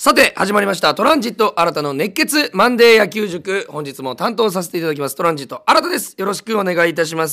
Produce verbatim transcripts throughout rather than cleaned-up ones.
さて始まりましたトランジット新たの熱血マンデー野球塾。本日も担当させていただきますトランジット新たです。よろしくお願いいたします。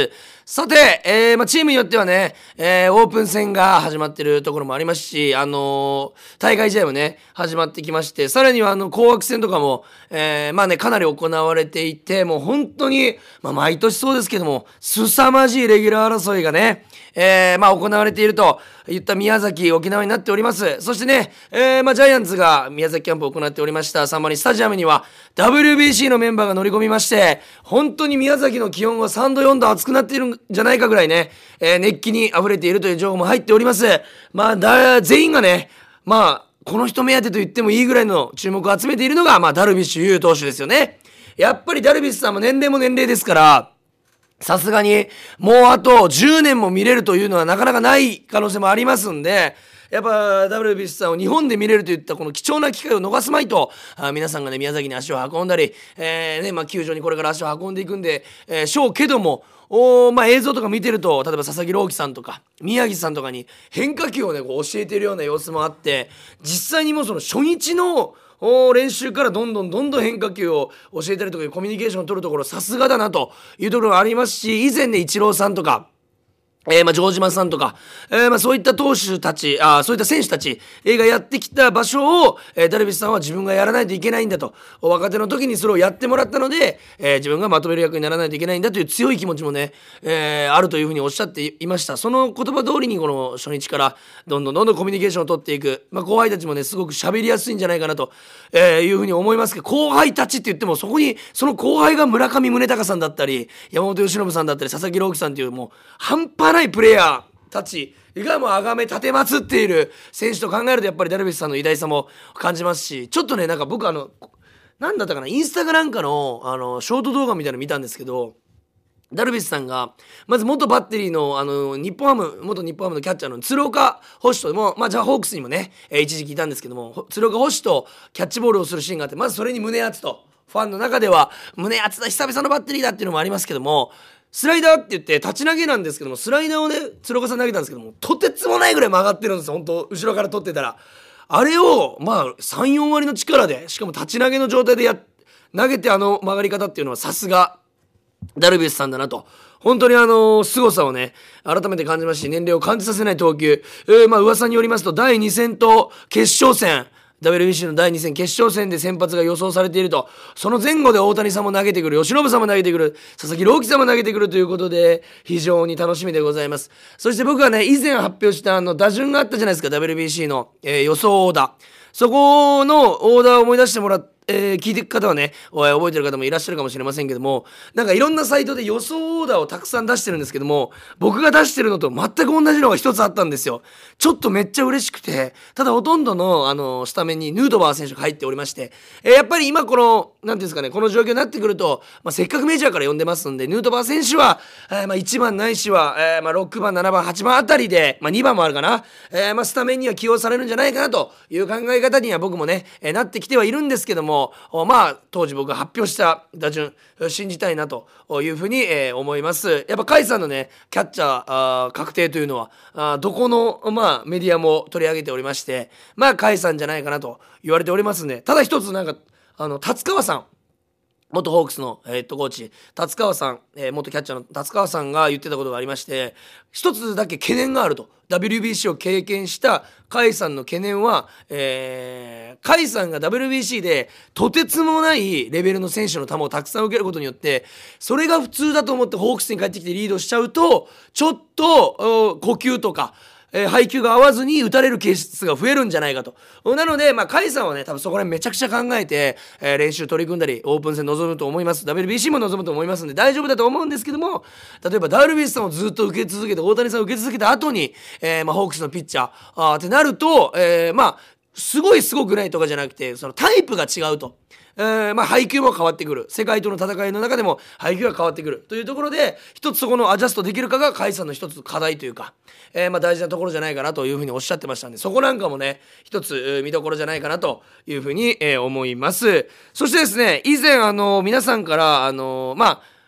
さて、えーまあ、チームによってはね、えー、オープン戦が始まってるところもありますし、あのー、大会試合もね始まってきまして、さらにはあの紅白戦とかも、えー、まあねかなり行われていて、もう本当に、まあ、毎年そうですけども凄まじいレギュラー争いがね、えー、まあ行われているといった宮崎沖縄になっております。そしてね、えー、まあジャイアンツが宮崎キャンプを行っておりましたサンマリンスタジアムには ダブリュービーシー のメンバーが乗り込みまして、本当に宮崎の気温はさんどよんど暑くなっているんじゃないかぐらいね、えー、熱気に溢れているという情報も入っております。まあだ全員がね、まあこの人目当てと言ってもいいぐらいの注目を集めているのが、まあダルビッシュ有投手ですよね。やっぱりダルビッシュさんも年齢も年齢ですから、さすがにもうあとじゅうねんも見れるというのはなかなかない可能性もありますんで、やっぱダルビッシュさんを日本で見れるといったこの貴重な機会を逃すまいと、あ皆さんがね宮崎に足を運んだり、えーねまあ、球場にこれから足を運んでいくんで、えー、しょうけども、おまあ、映像とか見てると、例えば佐々木朗希さんとか宮城さんとかに変化球をねこう教えているような様子もあって、実際にもうその初日の練習からどんどんどんどん変化球を教えたりとかいうコミュニケーションを取るところさすがだなというところがありますし、以前ねイチローさんとかえー、まあ城島さんとか、えー、まあそういった投手たち、あそういった選手たちがやってきた場所を、えー、ダルビッシュさんは自分がやらないといけないんだと、若手の時にそれをやってもらったので、えー、自分がまとめる役にならないといけないんだという強い気持ちもね、えー、あるというふうにおっしゃっていました。その言葉通りにこの初日からどんどんどんどんコミュニケーションを取っていく、まあ、後輩たちもねすごく喋りやすいんじゃないかなと、えー、いうふうに思いますけど、後輩たちって言ってもそこにその後輩が村上宗隆さんだったり山本由伸さんだったり佐々木朗希さんっていうもう半端ないプレイヤーたちがもう崇め立てまつっている選手と考えると、やっぱりダルビッシュさんの偉大さも感じますし、ちょっとねなんか僕あのなんだったかなインスタかなんかのあのショート動画みたいなの見たんですけど、ダルビッシュさんがまず元バッテリーのあの日本ハム元日本ハムのキャッチャーの鶴岡捕手とも、まあ、じゃあホークスにもね、えー、一時期いたんですけども、鶴岡捕手とキャッチボールをするシーンがあって、まずそれに胸熱と、ファンの中では胸熱だ久々のバッテリーだっていうのもありますけども、スライダーって言って立ち投げなんですけども、スライダーをね鶴岡さん投げたんですけども、とてつもないぐらい曲がってるんですよ。本当後ろから取ってたらあれをまあ さん,よん 割の力で、しかも立ち投げの状態でや投げて、あの曲がり方っていうのはさすがダルビッシュさんだなと、本当にあの凄さをね改めて感じますし、年齢を感じさせない投球、えー、まあ噂によりますとだいに戦と決勝戦、 ダブリュービーシー のだいに戦決勝戦で先発が予想されていると、その前後で大谷さんも投げてくる、由伸さんも投げてくる、佐々木朗希さんも投げてくるということで非常に楽しみでございます。そして僕はね以前発表したあの打順があったじゃないですか、 ダブリュービーシー の、えー、予想オーダー、そこのオーダーを思い出してもらって、えー、聞いていく方はね覚えてる方もいらっしゃるかもしれませんけども、なんかいろんなサイトで予想オーダーをたくさん出してるんですけども、僕が出してるのと全く同じのが一つあったんですよ。ちょっとめっちゃ嬉しくて、ただほとんどの、あのスタメンにヌートバー選手が入っておりまして、えー、やっぱり今このなんていうんですかね、この状況になってくると、まあ、せっかくメジャーから呼んでますんで、ヌートバー選手は、えーまあ、いちばんないしは、えーまあ、ろくばんななばんはちばんあたりで、まあ、にばんもあるかな、えーまあ、スタメンには起用されるんじゃないかなという考え方には僕もね、えー、なってきてはいるんですけども、まあ当時僕が発表した打順信じたいなというふうに、えー、思います。やっぱ甲斐さんのねキャッチャーあー確定というのはあどこの、まあ、メディアも取り上げておりまして、まあ甲斐さんじゃないかなと言われておりますんで、ただ一つなんかあの達川さん、元ホークスのヘッドコーチ達川さん、えー、元キャッチャーの達川さんが言ってたことがありまして、一つだけ懸念があると。 ダブリュービーシー を経験した甲斐さんの懸念は、えー、甲斐さんが ダブリュービーシー でとてつもないレベルの選手の球をたくさん受けることによって、それが普通だと思ってホークスに帰ってきてリードしちゃうと、ちょっと呼吸とかえー、配球が合わずに打たれるケースが増えるんじゃないかと。なので、まあ、甲斐さんはね、多分そこら辺めちゃくちゃ考えて、えー、練習取り組んだり、オープン戦臨むと思います。ダブリュービーシー も臨むと思いますんで、大丈夫だと思うんですけども、例えばダルビッシュさんをずっと受け続けて、大谷さんを受け続けた後に、えー、まあ、ホークスのピッチャー、あーってなると、えー、まあ、すごいすごくないとかじゃなくて、そのタイプが違うと。えー、まあ配球も変わってくる、世界との戦いの中でも配球が変わってくるというところで、一つそこのアジャストできるかが甲斐さんの一つ課題というか、えー、まあ大事なところじゃないかなというふうにおっしゃってましたんで、そこなんかもね一つ見どころじゃないかなというふうに、えー、思います。そしてですね、以前あの皆さんからあのまあ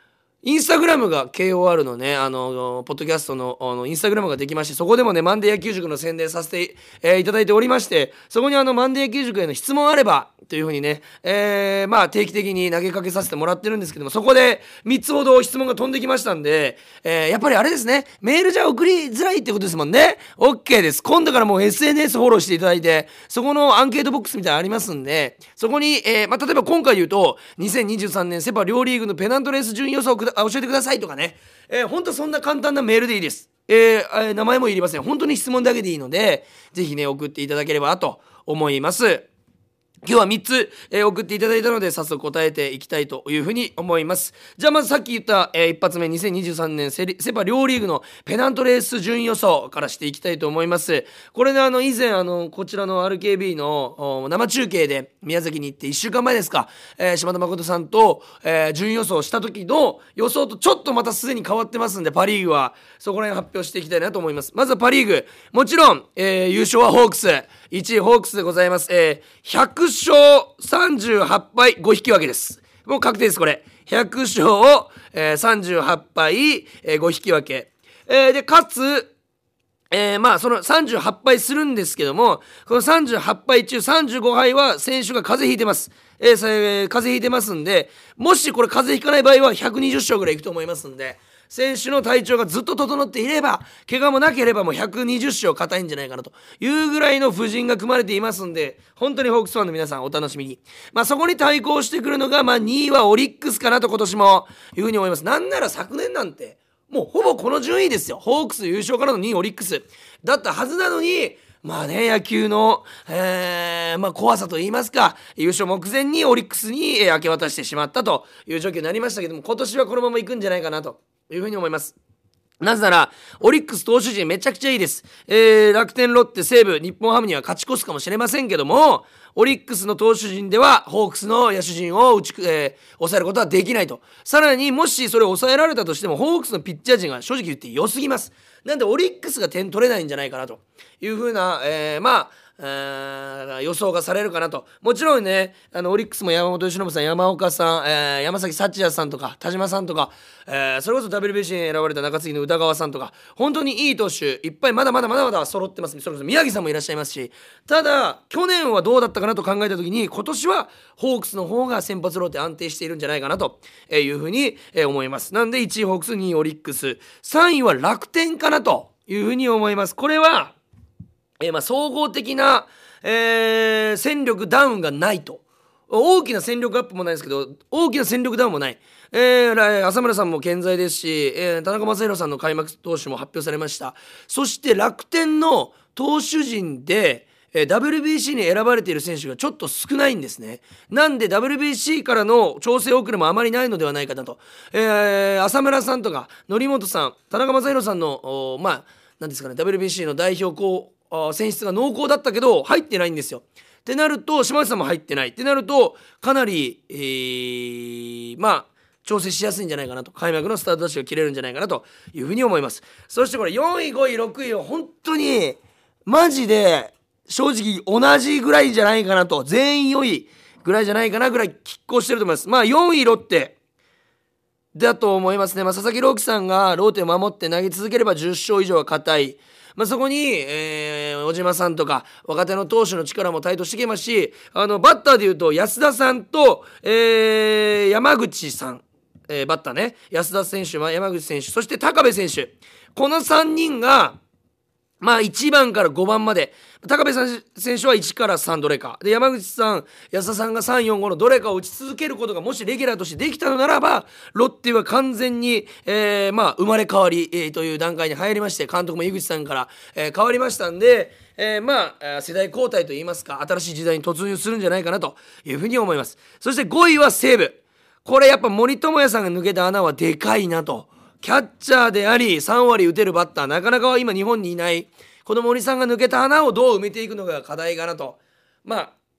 インスタグラムが ケーオーアール のね、あの、ポッドキャストの、あの、インスタグラムができまして、そこでもね、マンデー野球塾の宣伝させて、えーいただいておりまして、そこにあの、マンデー野球塾への質問あれば、というふうにね、えーまあ、定期的に投げかけさせてもらってるんですけども、そこでみっつほど質問が飛んできましたんで、えーやっぱりあれですね、メールじゃ送りづらいってことですもんね。OK です。今度からもう エスエヌエス フォローしていただいて、そこのアンケートボックスみたいなのありますんで、そこに、えーまあ、例えば今回言うと、にせんにじゅうさんねんセパ両リーグのペナントレース順位予想をくだあ教えてくださいとかね、えー、ほんとそんな簡単なメールでいいです。えーえー名前もいりません。本当に質問だけでいいので、ぜひね、送っていただければと思います。今日はみっつ、えー送っていただいたので早速答えていきたいというふうに思います。じゃあまずさっき言った、えー一発目にせんにじゅうさんねんセリセパ両リーグのペナントレース順位予想からしていきたいと思います。これね、あの以前あのこちらの アールケービー のお生中継で宮崎に行っていっしゅうかんまえですか、えー島田誠さんと、えー順位予想した時の予想とちょっとまたすでに変わってますんで、パリーグはそこら辺発表していきたいなと思います。まずはパリーグ、もちろん、えー優勝はホークス、いちいホークスでございます。えー、ひゃく勝さんじゅうはち敗ご引き分けです。もう確定ですこれ。ひゃく勝を、えー、さんじゅうはち敗、えー、ご引き分け。えー、で、かつ、えー、まあそのさんじゅうはち敗するんですけども、このさんじゅうはち敗中さんじゅうご敗は選手が風邪ひいてます。えー、えー、風邪ひいてますんで、もしこれ風邪ひかない場合はひゃくにじゅう勝ぐらいいくと思いますんで、選手の体調がずっと整っていれば、怪我もなければもうひゃくにじゅう勝硬いんじゃないかなというぐらいの布陣が組まれていますんで、本当にホークスファンの皆さんお楽しみに。まあそこに対抗してくるのが、まあにいはオリックスかなと今年もいうふうに思います。なんなら昨年なんてもうほぼこの順位ですよ。ホークス優勝からのにいオリックスだったはずなのに、まあね、野球の、えーまあ、怖さといいますか、優勝目前にオリックスに、えー明け渡してしまったという状況になりましたけども、今年はこのままいくんじゃないかなというふうに思います。なぜならオリックス投手陣めちゃくちゃいいです。えー、楽天、ロッテ、西武、日本ハムには勝ち越すかもしれませんけども、オリックスの投手陣ではホークスの野手陣を打ち、えー、抑えることはできないと。さらにもしそれを抑えられたとしても、ホークスのピッチャー陣が正直言って良すぎます。なんでオリックスが点取れないんじゃないかなというふうな、えー、まあえー予想がされるかなと。もちろんね、あのオリックスも山本由伸さん、山岡さん、えー山崎幸也さんとか田島さんとか、えーそれこそ ダブリュービーシー に選ばれた中継ぎの宇田川さんとか、本当にいい投手いっぱいまだまだまだまだ揃ってます。それこそ宮城さんもいらっしゃいますし、ただ去年はどうだったかなと考えた時に、今年はホークスの方が先発ローテ安定しているんじゃないかなというふうに思います。なんでいちいホークス、にいオリックス、さんいは楽天かなというふうに思います。これはえーまあ、総合的な、えー戦力ダウンがないと。大きな戦力アップもないですけど、大きな戦力ダウンもない。えー、浅村さんも健在ですし、えー田中将大さんの開幕投手も発表されました。そして楽天の投手陣で、えー ダブリュービーシー に選ばれている選手がちょっと少ないんですね。なんで ダブリュービーシー からの調整遅れもあまりないのではないかなと。えー浅村さんとか則本さん、田中将大さんのおまあなんですかね、 ダブリュービーシー の代表候あ選出が濃厚だったけど入ってないんですよ。ってなると島内さんも入ってないってなると、かなり、えーまあ調整しやすいんじゃないかなと、開幕のスタートダッシュが切れるんじゃないかなというふうに思います。そしてこれよんいごいろくいは本当にマジで正直同じぐらいじゃないかなと、全員よいぐらいじゃないかなぐらい拮抗してると思います。まあよんいロッテだと思いますね。まあ、佐々木朗希さんがローテを守って投げ続ければじゅっ勝以上は堅い。まあ、そこに、えー、小島さんとか若手の投手の力も台頭してきますし、あのバッターでいうと安田さんと、えー、山口さん、えー、バッターね、安田選手、山口選手、そして高部選手、このさんにんがまあいちばんからごばんまで、高部選手はいちからさんどれかで、山口さん、安田さんがさん、よん、ごのどれかを打ち続けることがもしレギュラーとしてできたのならば、ロッテは完全に、えー、まあ生まれ変わり、えー、という段階に入りまして、監督も井口さんから、えー、変わりましたんで、えー、まあ世代交代といいますか、新しい時代に突入するんじゃないかなというふうに思います。そしてごいは西武。これやっぱ森友哉さんが抜けた穴はでかいなと。キャッチャーでありさん割打てるバッター、なかなか今日本にいないこの森さんが抜けた穴をどう埋めていくのが課題かなと。まあ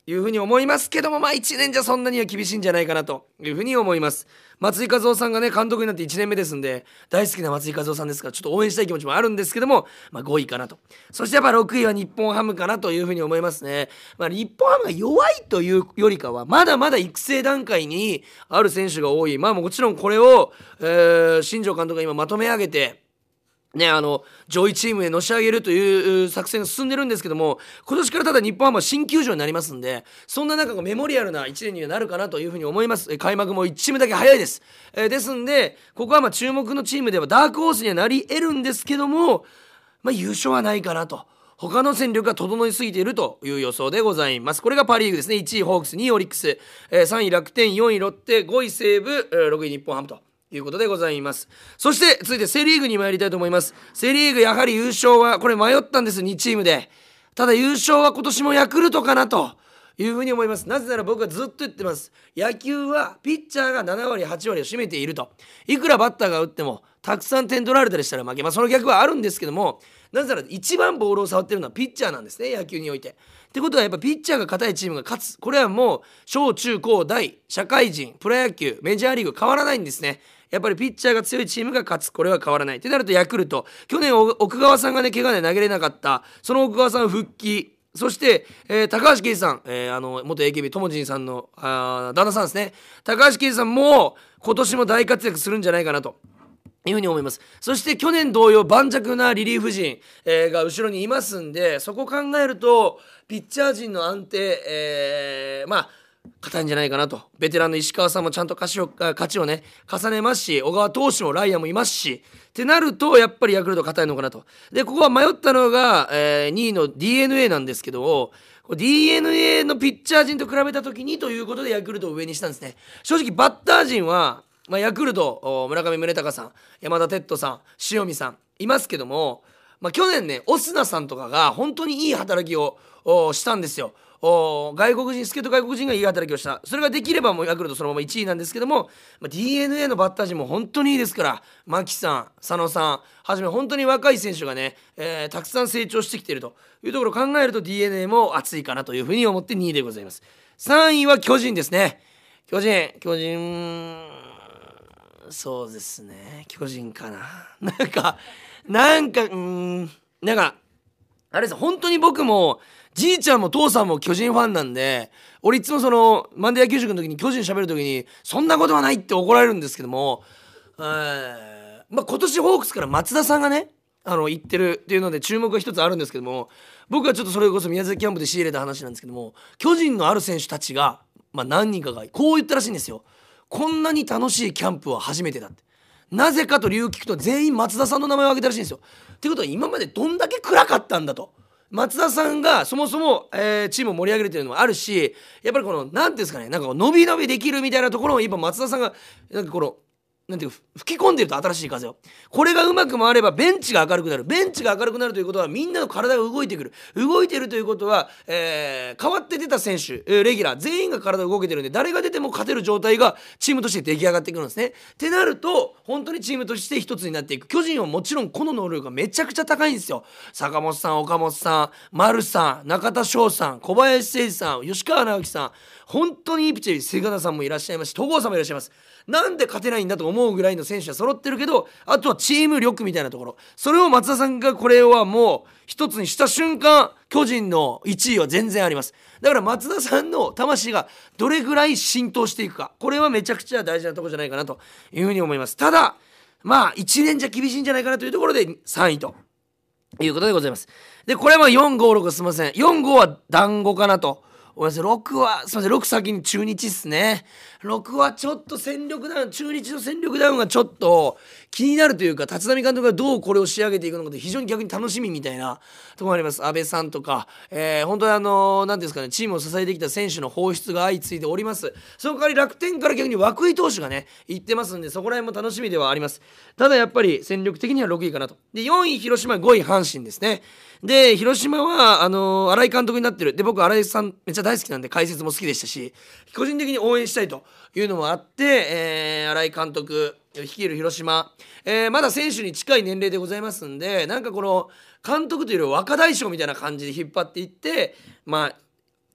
いうふうに思いますけども、まあいちねんじゃそんなには厳しいんじゃないかなというふうに思います。松井稼頭央さんがね監督になっていちねんめですんで、大好きな松井稼頭央さんですからちょっと応援したい気持ちもあるんですけども、まあごいかなと。そしてやっぱろくいは日本ハムかなというふうに思いますね。まあ日本ハムが弱いというよりかはまだまだ育成段階にある選手が多い。まあもちろんこれを、えー、新庄監督が今まとめ上げてね、あの上位チームへのし上げるという作戦が進んでるんですけども、今年からただ日本ハムは新球場になりますんで、そんな中メモリアルないちねんにはなるかなというふうに思います。開幕もいちチームだけ早いです、えー、ですんでここはまあ注目のチームではダークホースにはなり得るんですけども、まあ、優勝はないかなと。他の戦力が整いすぎているという予想でございます。これがパリーグですね。いちいホークス、にいオリックス、えー、さんい楽天、よんいロッテ、ごい西武、えー、ろくい日本ハムということでございます。そして続いてセリーグに参りたいと思います。セリーグやはり優勝はこれ迷ったんです、にチームで。ただ優勝は今年もヤクルトかなというふうに思います。なぜなら僕はずっと言ってます。野球はピッチャーがななわりはちわりを占めていると。いくらバッターが打ってもたくさん点取られたりしたら負け、まあその逆はあるんですけども、なぜなら一番ボールを触ってるのはピッチャーなんですね、野球において。ってことはやっぱピッチャーが硬いチームが勝つ、これはもう小中高大社会人プロ野球メジャーリーグ変わらないんですね。やっぱりピッチャーが強いチームが勝つ、これは変わらないってなるとヤクルト、去年奥川さんがね怪我で投げれなかった、その奥川さん復帰、そして、えー、高橋奎二さん、えー、あの元 エーケービー ともじんさんのあ旦那さんですね。高橋奎二さんも今年も大活躍するんじゃないかなというふうに思います。そして去年同様盤石なリリーフ陣、えー、が後ろにいますんで、そこを考えるとピッチャー陣の安定、えー、まあ硬いんじゃないかなと。ベテランの石川さんもちゃんと勝ちを勝ちをね重ねますし、小川投手もライアンもいますしってなるとやっぱりヤクルト硬いのかなと。でここは迷ったのが、えー、にいの ディーエヌエー なんですけど、 ディーエヌエー のピッチャー陣と比べた時にということでヤクルトを上にしたんですね。正直バッター陣は、まあ、ヤクルト村上宗隆さん、山田哲人さん、塩見さんいますけども、まあ、去年ねオスナさんとかが本当にいい働きをしたんですよ。外国人、助っ人外国人がいい働きをした。それができればもうヤクルトそのままいちいなんですけども、まあ、ディーエヌエー のバッター陣も本当にいいですから、牧さん、佐野さんはじめ本当に若い選手がね、えー、たくさん成長してきているというところを考えると ディーエヌエー も熱いかなというふうに思ってにいでございます。さんいは巨人ですね。巨人巨人そうですね、巨人かな。なんかなんかうーんなんかあれです、本当に僕もじいちゃんも父さんも巨人ファンなんで、俺いつもそのマンデー野球塾の時に巨人喋る時にそんなことはないって怒られるんですけども、えーまあ、今年ホークスから松田さんがねあの言ってるっていうので注目が一つあるんですけども、僕はちょっとそれこそ宮崎キャンプで仕入れた話なんですけども、巨人のある選手たちが、まあ、何人かがこう言ったらしいんですよ。こんなに楽しいキャンプは初めてだって。なぜかと理由を聞くと全員松田さんの名前を挙げたらしいんですよ。ってことは今までどんだけ暗かったんだと。松田さんがそもそも、えー、チームを盛り上げるというのもあるし、やっぱりこの何ていうんですかね、なんか伸び伸びできるみたいなところを今松田さんがなんかこのなんていうか吹き込んでいると、新しい風を、これがうまく回ればベンチが明るくなる。ベンチが明るくなるということはみんなの体が動いてくる。動いているということは、えー、変わって出た選手、レギュラー全員が体が動けてるんで、誰が出ても勝てる状態がチームとして出来上がってくるんですね。ってなると本当にチームとして一つになっていく。巨人はもちろんこの能力がめちゃくちゃ高いんですよ。坂本さん、岡本さん、丸さん、中田翔さん、小林誠司さん、吉川直樹さん、本当にいいピッチャー、瀬形さんもいらっしゃいますし、戸郷さんもいらっしゃいます。なんで勝てないんだと思うぐらいの選手は揃ってるけど、あとはチーム力みたいなところ、それを松田さんがこれはもう一つにした瞬間、巨人のいちいは全然あります。だから松田さんの魂がどれぐらい浸透していくか、これはめちゃくちゃ大事なところじゃないかなというふうに思います。ただまあいちねんじゃ厳しいんじゃないかなというところでさんいということでございます。でこれはよんごろくすみません、よんごは団子かなと。ごめんなさい、ろくはすみません、ろく先に中日っすね。ろくはちょっと戦力ダウン、中日の戦力ダウンがちょっと気になるというか、立浪監督がどうこれを仕上げていくのかで非常に逆に楽しみみたいなところがあります。安倍さんとか、えー、本当にあの何ですかね、チームを支えてきた選手の放出が相次いでおります。その代わり楽天から逆に涌井投手がね行ってますんで、そこら辺も楽しみではあります。ただやっぱり戦力的にはろくいかなと。でよんい広島、ごい阪神ですね。で広島はあのー、新井監督になってる。で僕新井さんめっちゃ大好きなんで解説も好きでしたし、個人的に応援したいというのもあって、えー、新井監督率いる広島、えー、まだ選手に近い年齢でございますんで、なんかこの監督というより若大将みたいな感じで引っ張っていって、まあ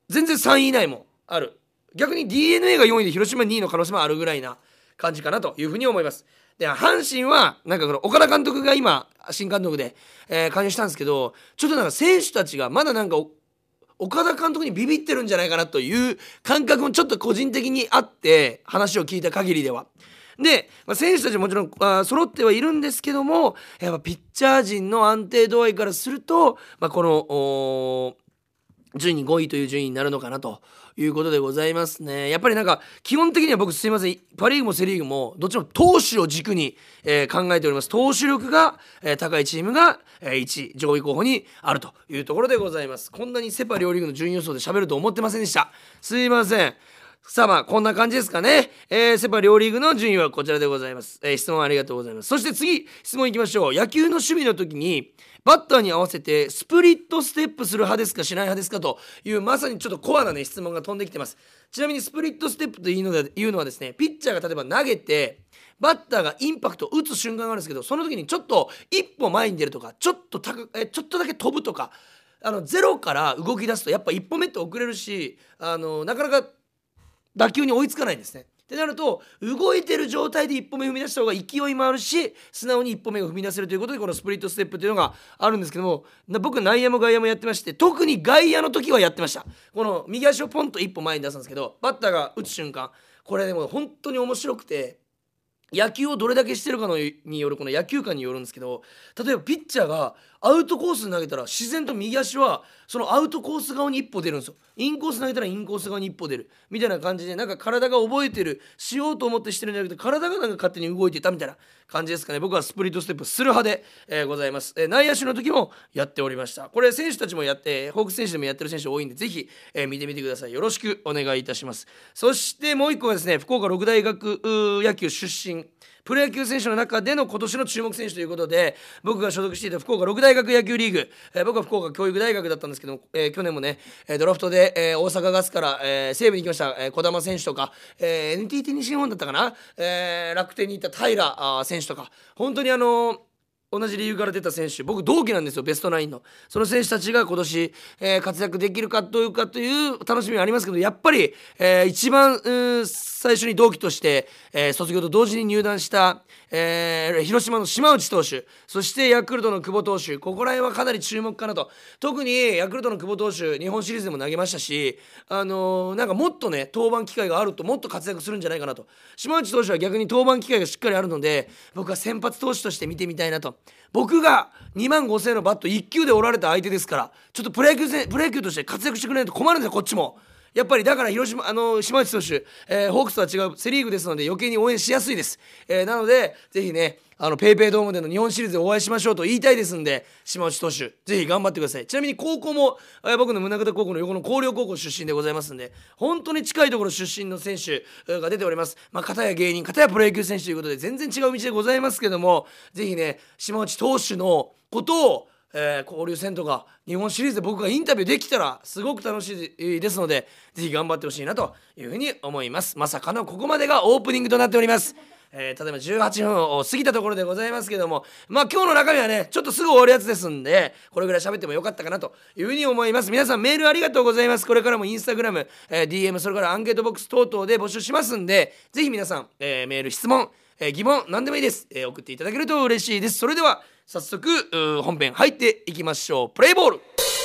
全然さんい以内もある。逆に ディーエヌエー がよんいで広島にいの可能性もあるぐらいな感じかなというふうに思います。で阪神はなんかこの岡田監督が今新監督で、えー、加入したんですけど、ちょっとなんか選手たちがまだなんか岡田監督にビビってるんじゃないかなという感覚もちょっと個人的にあって、話を聞いた限りでは。で、まあ、選手たちもちろんあ揃ってはいるんですけども、やっぱピッチャー陣の安定度合いからすると、まあ、この順位ごいという順位になるのかなということでございますね。やっぱりなんか基本的には僕すいません、パ・リーグもセ・リーグもどっちも投手を軸に、えー、考えております。投手力が、えー、高いチームが、えー、いちい上位候補にあるというところでございます。こんなにセ・パ両リーグの順位予想で喋ると思ってませんでした。すいません。さあまあこんな感じですかね。えー、セ・パ両リーグの順位はこちらでございます。えー、質問ありがとうございます。そして次質問いきましょう。野球の守備の時にバッターに合わせてスプリットステップする派ですかしない派ですかというまさにちょっとコアなね質問が飛んできてます。ちなみにスプリットステップというのでいうのはですね、ピッチャーが例えば投げてバッターがインパクトを打つ瞬間があるんですけど、その時にちょっと一歩前に出るとかちょっと高えちょっとだけ飛ぶとか、あのゼロから動き出すとやっぱ一歩目って遅れるし、あのなかなか打球に追いつかないんですね。ってなると動いてる状態で一歩目踏み出した方が勢いもあるし素直に一歩目を踏み出せるということで、このスプリットステップというのがあるんですけども、僕内野も外野もやってまして、特に外野の時はやってました。この右足をポンと一歩前に出すんですけど、バッターが打つ瞬間、これでも本当に面白くて、野球をどれだけしてるかのによるこの野球観によるんですけど、例えばピッチャーがアウトコースに投げたら自然と右足はそのアウトコース側に一歩出るんですよ。インコース投げたらインコース側に一歩出るみたいな感じで、なんか体が覚えてる、しようと思ってしてるんじゃなくて体がなんか勝手に動いてたみたいな感じですかね。僕はスプリットステップする派で、えー、ございます、えー、内野手の時もやっておりました。これ選手たちもやって、ホークス選手でもやってる選手多いんで、ぜひ、えー、見てみてください。よろしくお願いいたします。そしてもう一個はですね、福岡六大学野球出身プロ野球選手の中での今年の注目選手ということで、僕が所属していた福岡六大学野球リーグ、えー、僕は福岡教育大学だったんですけども、えー、去年もねドラフトで、えー、大阪ガスから、えー、西武に行きました、えー、児玉選手とか、えー、エヌティーティー 西日本だったかな、えー、楽天に行った平選手とか、本当にあのー同じ理由から出た選手、僕同期なんですよ、ベストナインの。その選手たちが今年、えー、活躍できるかどうかという楽しみはありますけど、やっぱり、えー、一番最初に同期として、えー、卒業と同時に入団した、えー、広島の島内投手、そしてヤクルトの久保投手、ここら辺はかなり注目かなと。特にヤクルトの久保投手、日本シリーズでも投げましたし、あのー、なんかもっとね登板機会があるともっと活躍するんじゃないかなと。島内投手は逆に登板機会がしっかりあるので、僕は先発投手として見てみたいなと。僕がにまんごせんえんのバットいっきゅうで折られた相手ですから、ちょっとプロ野球プロ野球として活躍してくれないと困るんですよ、こっちも。やっぱりだから広島あの島内投手、えー、ホークスとは違うセリーグですので余計に応援しやすいです、えー、なのでぜひねあのペイペイドームでの日本シリーズでお会いしましょうと言いたいですんで、島内投手ぜひ頑張ってください。ちなみに高校も、えー、僕の宗像高校の横の広陵高校出身でございますんで、本当に近いところ出身の選手が出ております。まあ片や芸人片やプロ野球選手ということで全然違う道でございますけども、ぜひね島内投手のことをえー、交流戦とか日本シリーズで僕がインタビューできたらすごく楽しいですので、ぜひ頑張ってほしいなというふうに思います。まさかのここまでがオープニングとなっております。えー、例えばじゅうはっぷんを過ぎたところでございますけども、まあ今日の中身はねちょっとすぐ終わるやつですんで、これぐらい喋ってもよかったかなというふうに思います。皆さんメールありがとうございます。これからもインスタグラム、えー、ディーエム それからアンケートボックス等々で募集しますんで、ぜひ皆さん、えー、メール質問、えー、疑問何でもいいです、えー、送っていただけると嬉しいです。それでは早速本編入っていきましょう。プレイボール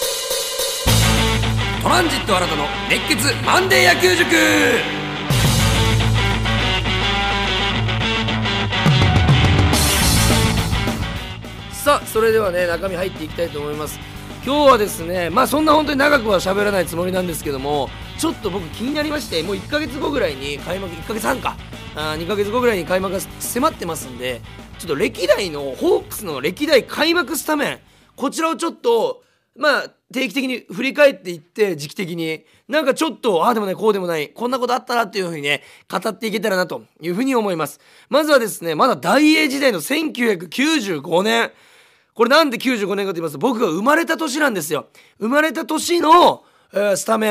トランジット新たの熱血マンデー野球塾。さあそれではね中身入っていきたいと思います。今日はですねまあそんな本当に長くは喋らないつもりなんですけども、ちょっと僕気になりまして、もういっかげつごぐらいに開幕いっかげつはんかあにかげつごぐらいに開幕が迫ってますんで、ちょっと歴代のホークスの歴代開幕スタメン、こちらをちょっとまあ定期的に振り返っていって、時期的になんかちょっとああでもないこうでもないこんなことあったなっていう風にね語っていけたらなという風に思います。まずはですねまだ大英時代のせんきゅうひゃくきゅうじゅうごねん、これなんできゅうじゅうごねんかと言いますと、僕が生まれた年なんですよ。生まれた年の、えー、スタメン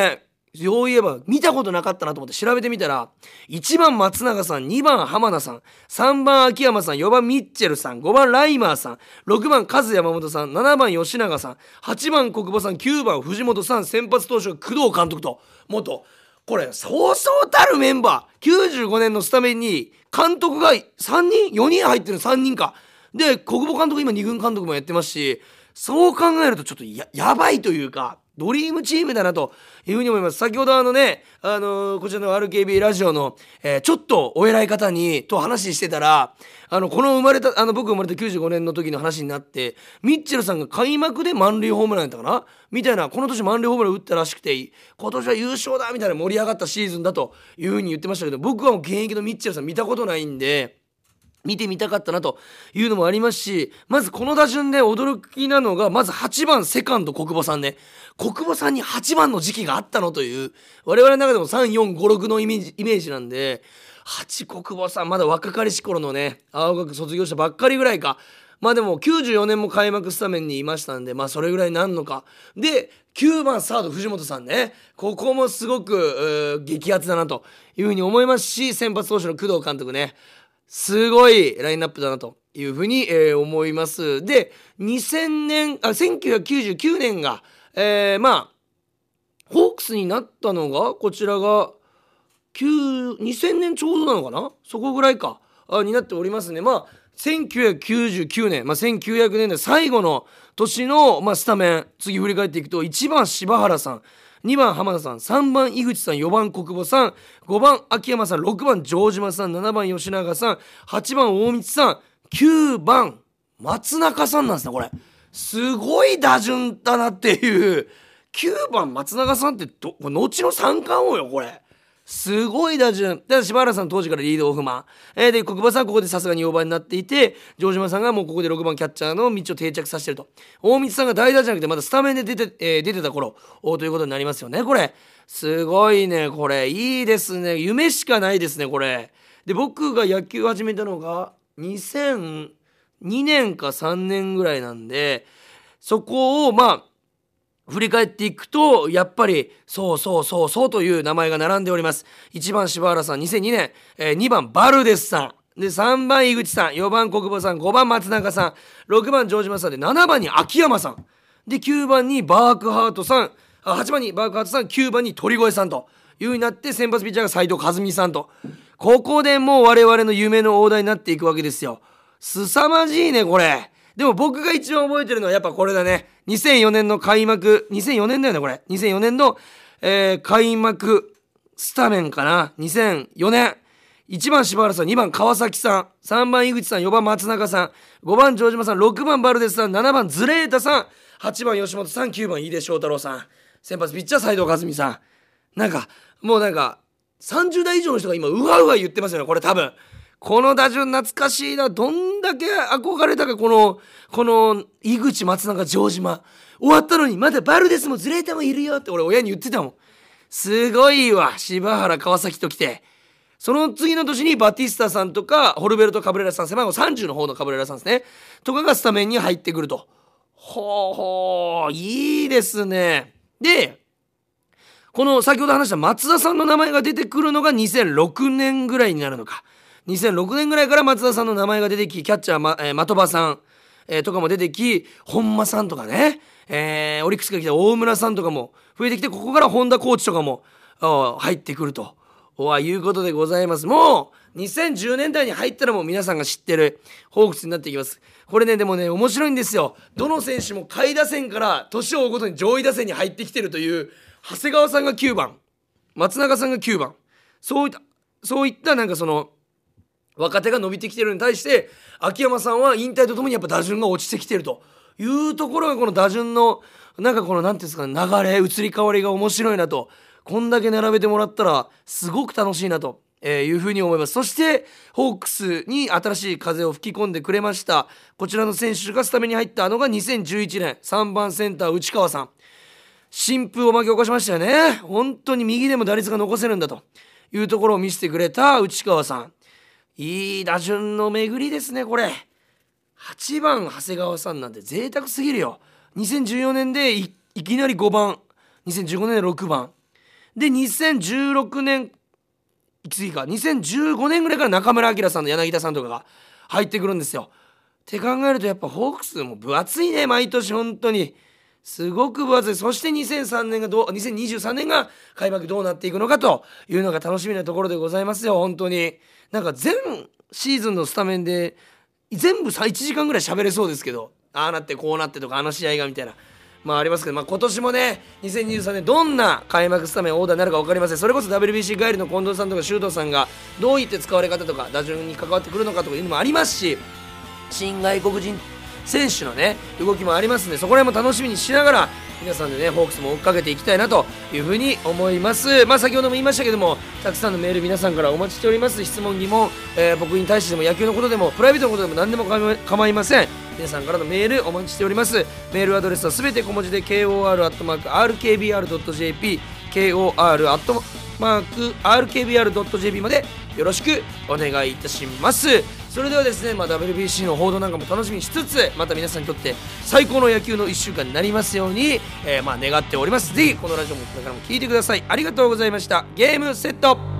そういえば見たことなかったなと思って調べてみたら、いちばん松永さん、にばん浜田さん、さんばん秋山さん、よばんミッチェルさん、ごばんライマーさん、ろくばんカズ山本さん、ななばん吉永さん、はちばん国母さん、きゅうばん藤本さん、先発投手が工藤監督と元、これそうそうたるメンバー、きゅうじゅうごねんのスタメンに監督がさんにんよにん入ってる、さんにんかで、国母監督今に軍監督もやってますし、そう考えるとちょっと や, やばいというかドリームチームだなというふうに思います。先ほどあのね、あのー、こちらの アールケービー ラジオの、えー、ちょっとお偉い方にと話してたら、あのこの生まれたあの僕生まれたきゅうじゅうごねんの時の話になって、ミッチェルさんが開幕で満塁ホームランやったかなみたいな、この年満塁ホームラン打ったらしくて、今年は優勝だみたいな盛り上がったシーズンだというふうに言ってましたけど、僕はもう現役のミッチェルさん見たことないんで見てみたかったなというのもありますし、まずこの打順で驚きなのが、まずはちばんセカンド国母さんね。国母さんにはちばんの時期があったのという、我々の中でもさん、よん、ご、ろくのイメージ、イメージなんで、はち国母さんまだ若かりし頃のね、青学卒業したばっかりぐらいか。まあでもきゅうじゅうよねんも開幕スタメンにいましたんで、まあそれぐらいなんのか。で、きゅうばんサード藤本さんね、ここもすごく激アツだなというふうに思いますし、先発投手の工藤監督ね、すごいラインナップだなというふうに、えー、思います。で、にせんねん、あ、せんきゅうひゃくきゅうじゅうきゅうねんが、えー、まあ、ホークスになったのが、こちらが、にせんねんちょうどなのかな、そこぐらいか、あになっておりますね。まあ、せんきゅうひゃくきゅうじゅうきゅうねん、まあ、せんきゅうひゃくねんだい最後の年の、まあ、スタメン、次振り返っていくと、いちばん柴原さん、にばん浜田さん、さんばん井口さん、よばん国母さん、ごばん秋山さん、ろくばん城島さん、ななばん吉永さん、はちばん大道さん、きゅうばん松中さんなんですね。これすごい打順だなっていう。きゅうばん松永さんってど後の三冠王よこれ。すごい打順。だから柴原さん当時からリードオフマン、えー、で国母さんここでさすがによんばんになっていて、城島さんがもうここでろくばんキャッチャーの道を定着させてると。大道さんが代打じゃなくてまだスタメンで出て、えー、出てた頃ということになりますよね。これすごいね、これいいですね、夢しかないですねこれで。僕が野球始めたのがにせんにねんかさんねんぐらいなんで、そこをまあ振り返っていくと、やっぱりそうそうそうそうという名前が並んでおります。いちばん柴原さんにせんにねん、えー、にばんバルデスさんで、さんばん井口さん、よばん国母さん、ごばん松中さん、ろくばん城島さんで、ななばんに秋山さんで、きゅうばんにバークハートさん、あはちばんにバークハートさん、きゅうばんに鳥越さんという風になって、先発ピッチャーが斉藤和美さんと、ここでもう我々の夢の大台になっていくわけですよ。凄まじいねこれ。でも僕が一番覚えてるのはやっぱこれだね。にせんよねんの開幕、にせんよねんだよねこれ。にせんよねんの、えー、開幕スタメンかな。にせんよねん。いちばん柴原さん、にばん川崎さん、さんばん井口さん、よばん松中さん、ごばん城島さん、ろくばんバルデスさん、ななばんズレータさん、はちばん吉本さん、きゅうばん井出翔太郎さん、先発ピッチャー斉藤和美さん。なんかもうなんかさんじゅうだい以上の人が今うわうわ言ってますよねこれ多分。この打順懐かしいな。どんだけ憧れたかこのこの井口松中城島。終わったのにまだバルデスもズレータもいるよって俺親に言ってたもん。すごいわ。柴原川崎と来て、その次の年にバティスタさんとかホルベルト・カブレラさん、背番号さんじゅうの方のカブレラさんですねとかがスタメンに入ってくると。ほうほう、いいですね。でこの先ほど話した松田さんの名前が出てくるのがにせんろくねんぐらいになるのか。にせんろくねんぐらいから松田さんの名前が出てき、キャッチャー、まえー、的場さん、えー、とかも出てき、本間さんとかね、えー、オリックスから来た大村さんとかも増えてきて、ここから本田コーチとかも入ってくるということでございます。もうにせんじゅうねんだいに入ったらもう皆さんが知ってるホークスになっていきます。これね、でもね面白いんですよ。どの選手も下位打線から年を追うごとに上位打線に入ってきてるという。長谷川さんがきゅうばん、松中さんがきゅうばん、そういったそういったなんかその若手が伸びてきてるのに対して、秋山さんは引退とともにやっぱ打順が落ちてきてるというところが、この打順のなんかこのなんていうんですかね、流れ移り変わりが面白いなと。こんだけ並べてもらったらすごく楽しいなというふうに思います。そしてホークスに新しい風を吹き込んでくれましたこちらの選手がスタメンに入ったのがにせんじゅういちねん、さんばんセンター内川さん。新風を巻き起こしましたよね。本当に右でも打率が残せるんだというところを見せてくれた内川さん。いい打順の巡りですねこれ。はちばん長谷川さんなんて贅沢すぎるよ。にせんじゅうよねんで い, いきなりごばん、にせんじゅうごねんでろくばんでにせんじゅうろくねん次かにせんじゅうごねんぐらいから中村晃さんの柳田さんとかが入ってくるんですよ。って考えるとやっぱホークスも分厚いね、毎年本当にすごく分厚い。そしてにせんさんねんがどうにせんにじゅうさんねんが開幕どうなっていくのかというのが楽しみなところでございますよ。本当になんか全シーズンのスタメンで全部さいちじかんぐらい喋れそうですけど、ああなってこうなってとかあの試合がみたいなまあありますけど、まあ、今年もねにせんにじゅうさんねんどんな開幕スタメンオーダーになるか分かりません。それこそ ダブリュービーシー 帰りの近藤さんとか周東さんがどういって使われ方とか打順に関わってくるのかとかいうのもありますし、新外国人選手のね動きもありますので、そこら辺も楽しみにしながら皆さんでねホークスも追っかけていきたいなというふうに思います。まあ先ほども言いましたけども、たくさんのメール皆さんからお待ちしております。質問疑問、えー、僕に対してでも野球のことでもプライベートのことでも何でも構いません。皆さんからのメールお待ちしております。メールアドレスはすべて小文字で ケーオーアール アットマーク アールケービーアール ドット ジェーピー ケーオーアール アットマーク アールケービーアール ドット ジェーピー までよろしくお願いいたします。それではですね、まあ、ダブリュービーシー の報道なんかも楽しみにしつつ、また皆さんにとって最高の野球のいっしゅうかんになりますように、えー、まあ願っております。ぜひこのラジオもこれからも聞いてください。ありがとうございました。ゲームセット。